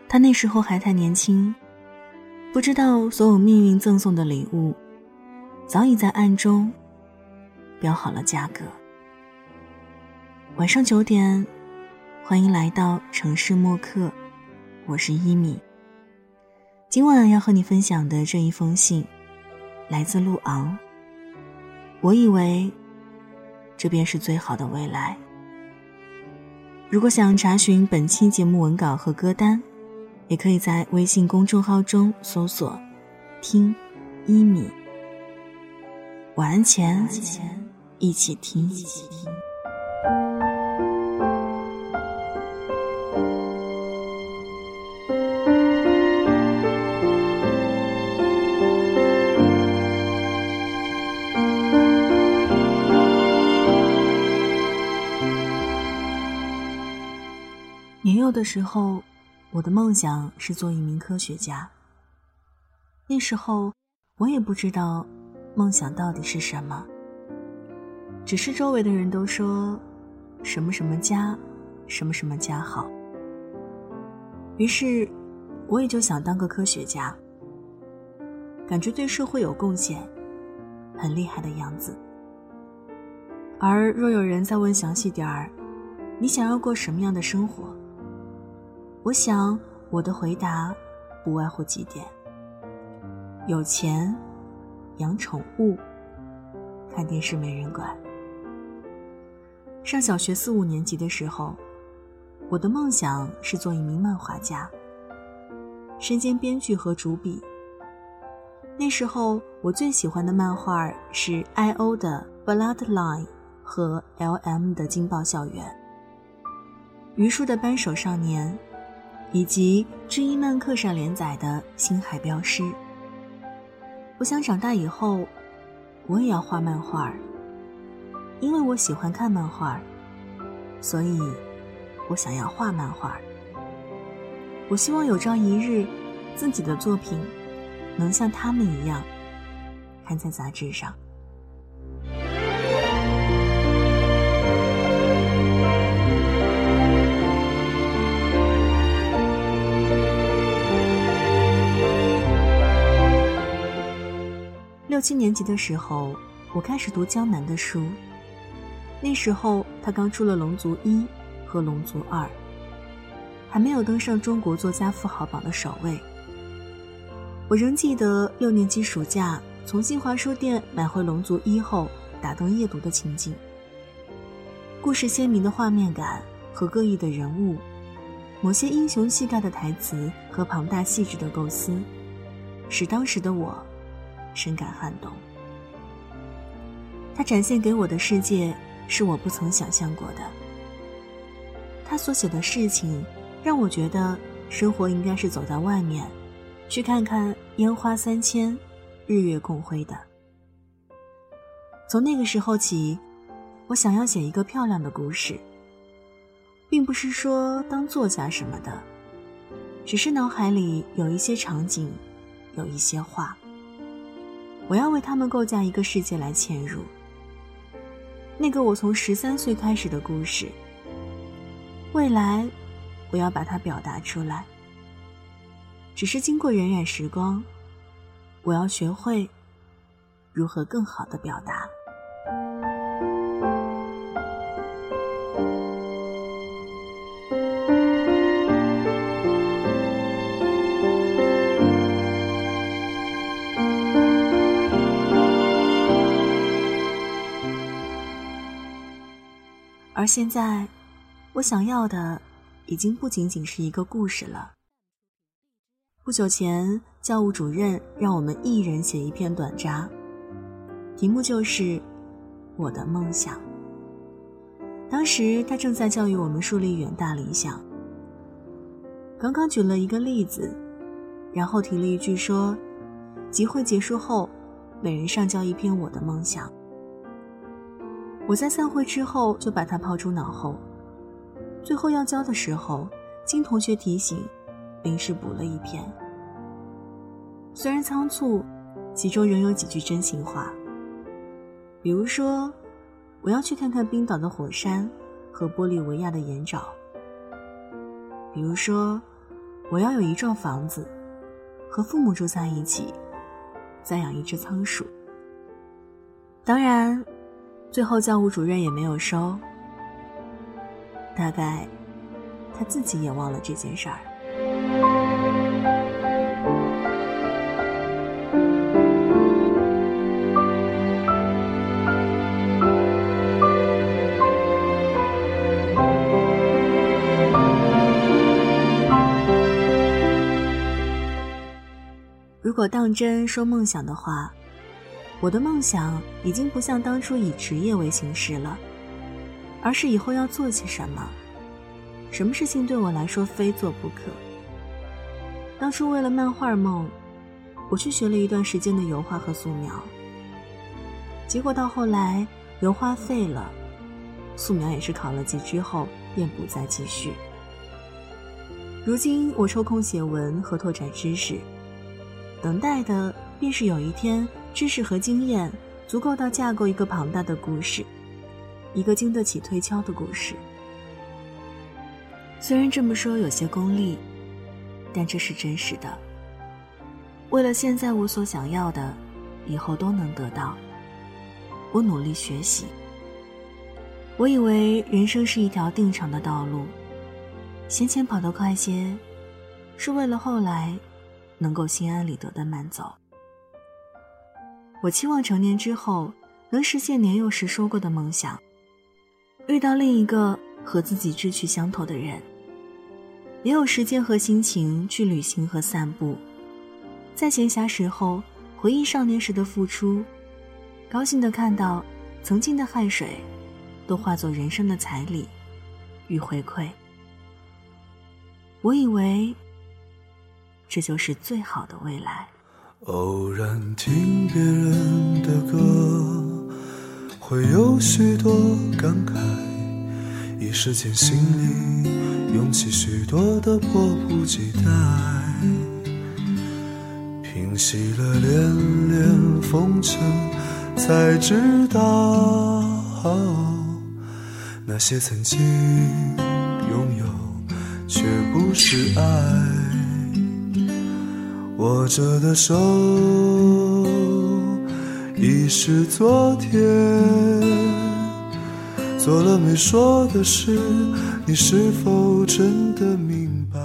他那时候还太年轻，不知道所有命运赠送的礼物早已在暗中标好了价格。晚上9点，欢迎来到城市默客，我是一米。今晚要和你分享的这一封信来自陆昂。我以为这便是最好的未来。如果想查询本期节目文稿和歌单，也可以在微信公众号中搜索听一米。晚安前一起听。年幼的时候，我的梦想是做一名科学家。那时候我也不知道梦想到底是什么，只是周围的人都说什么什么家，什么什么家好。于是我也就想当个科学家，感觉对社会有贡献，很厉害的样子。而若有人再问详细点儿，你想要过什么样的生活？我想我的回答不外乎几点：有钱，养宠物，看电视没人管。上小学4、5年级的时候，我的梦想是做一名漫画家，身兼编剧和主笔。那时候我最喜欢的漫画是 IO 的 Bloodline 和 LM 的劲爆校园，榆树的扳手少年，以及知音漫课上连载的星海镖师。我想长大以后我也要画漫画，因为我喜欢看漫画，所以我想要画漫画。我希望有朝一日自己的作品能像他们一样刊在杂志上。6、7年级的时候，我开始读江南的书。那时候他刚出了《龙族1》和《龙族2》，还没有登上中国作家富豪榜的首位。我仍记得6年级暑假从新华书店买回《龙族1》后打灯夜读的情景。故事鲜明的画面感和各异的人物，某些英雄气概的台词和庞大细致的构思，使当时的我深感撼动。他展现给我的世界是我不曾想象过的。他所写的事情让我觉得生活应该是走在外面，去看看烟花3000，日月共辉的。从那个时候起，我想要写一个漂亮的故事，并不是说当作家什么的，只是脑海里有一些场景，有一些画，我要为他们构架一个世界来嵌入。那个我从13岁开始的故事，未来我要把它表达出来。只是经过荏苒时光，我要学会如何更好地表达。而现在，我想要的已经不仅仅是一个故事了。不久前，教务主任让我们一人写一篇短札，题目就是我的梦想。当时他正在教育我们树立远大理想，刚刚举了一个例子，然后提了一句说，集会结束后每人上交一篇我的梦想。我在散会之后就把它抛诸脑后，最后要交的时候，金同学提醒，临时补了一篇。虽然仓促，其中仍有几句真心话，比如说，我要去看看冰岛的火山和玻利维亚的盐沼，比如说， 我要有一幢房子，和父母住在一起，再养一只仓鼠。当然，最后教务主任也没有收，大概他自己也忘了这件事儿。如果当真说梦想的话，我的梦想已经不像当初以职业为形式了，而是以后要做些什么，什么事情对我来说非做不可。当初为了漫画梦，我去学了一段时间的油画和素描，结果到后来油画废了，素描也是考了级之后便不再继续。如今我抽空写文和拓展知识，等待的便是有一天知识和经验足够到架构一个庞大的故事，一个经得起推敲的故事。虽然这么说有些功利，但这是真实的。为了现在我所想要的以后都能得到，我努力学习。我以为人生是一条定场的道路，先前跑得快些，是为了后来能够心安理得地慢走。我期望成年之后能实现年幼时说过的梦想，遇到另一个和自己志趣相投的人，也有时间和心情去旅行和散步，在闲暇时候回忆少年时的付出，高兴地看到曾经的汗水都化作人生的彩礼与回馈。我以为这就是最好的未来。 偶然听别人的歌，会有许多感慨，一时间心里涌起许多的迫不及待，平息了连连风尘，才知道那些曾经拥有却不是爱，握着的手已是昨天，做了没说的事，你是否真的明白？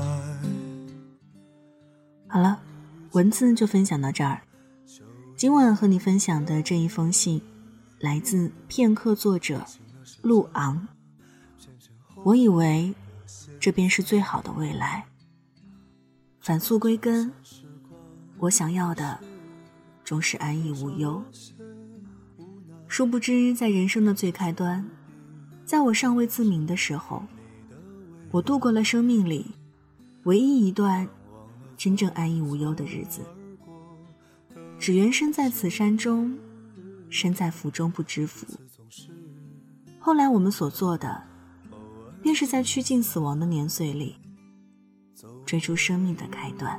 好了，文字就分享到这儿。今晚和你分享的这一封信来自片刻作者陆昂。我以为这便是最好的未来。返宿归根，我想要的终是安逸无忧。殊不知在人生的最开端，在我尚未自明的时候，我度过了生命里唯一一段真正安逸无忧的日子。只缘身在此山中，身在福中不知福。后来我们所做的，便是在趋近死亡的年岁里追逐生命的开端。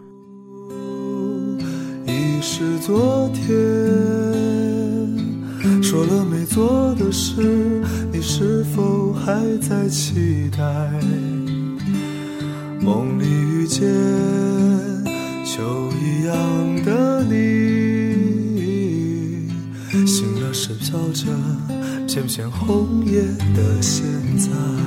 已是昨天，说了没做的事，你是否还在期待？梦里遇见秋一样的你，醒了是飘着片片红叶的现在。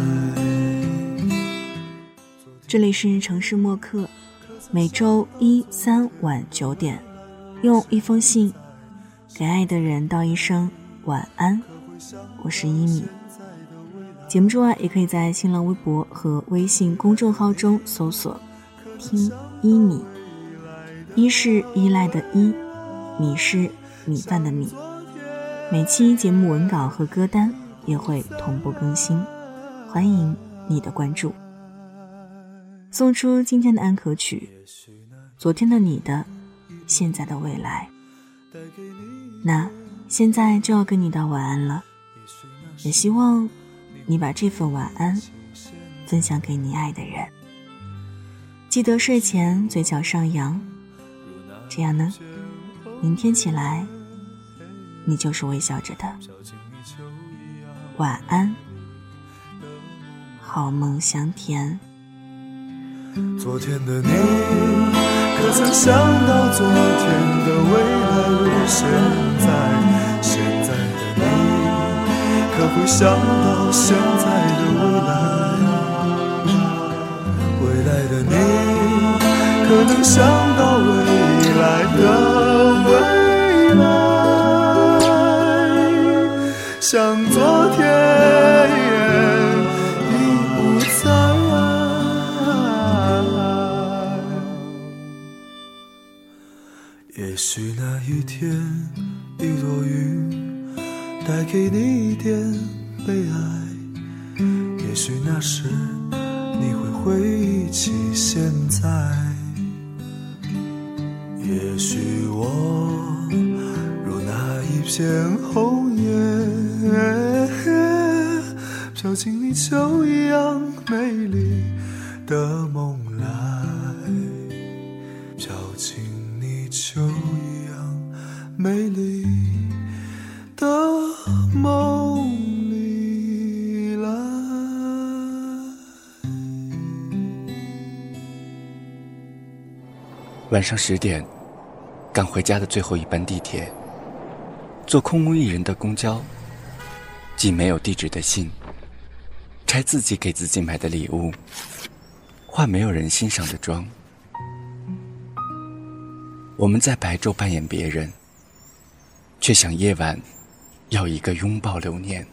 这里是城市默客，每周1、3晚9点，用一封信给爱的人道一声晚安。我是一米。节目之外，也可以在新浪微博和微信公众号中搜索听一米。一是依赖的依，米是米饭的米。每期节目文稿和歌单也会同步更新，欢迎你的关注。送出今天的安可曲，昨天的你的，现在的未来。那现在就要跟你道晚安了，也希望你把这份晚安分享给你爱的人。记得睡前嘴角上扬，这样呢，明天起来你就是微笑着的。晚安，好梦香甜。 昨天的你，可曾想到昨天的未来如现在？现在的你，可会想到现在的未来？未来的你，可能想到未来的未来？像昨天已不在。也许那一天，一朵云带给你一点悲哀，也许那时你会回忆起现在，也许我如那一片红叶，飘进你秋一样美丽的梦来，飘进你秋一样美丽的梦里来。 晚上10点，赶回家的最后一班地铁，坐空无一人的公交，寄没有地址的信，拆自己给自己买的礼物，化没有人欣赏的妆。我们在白昼扮演别人，却想夜晚要一个拥抱留念。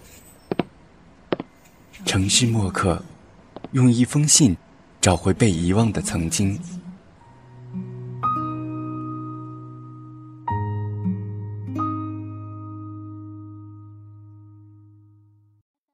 城市墨客用一封信找回被遗忘的曾经。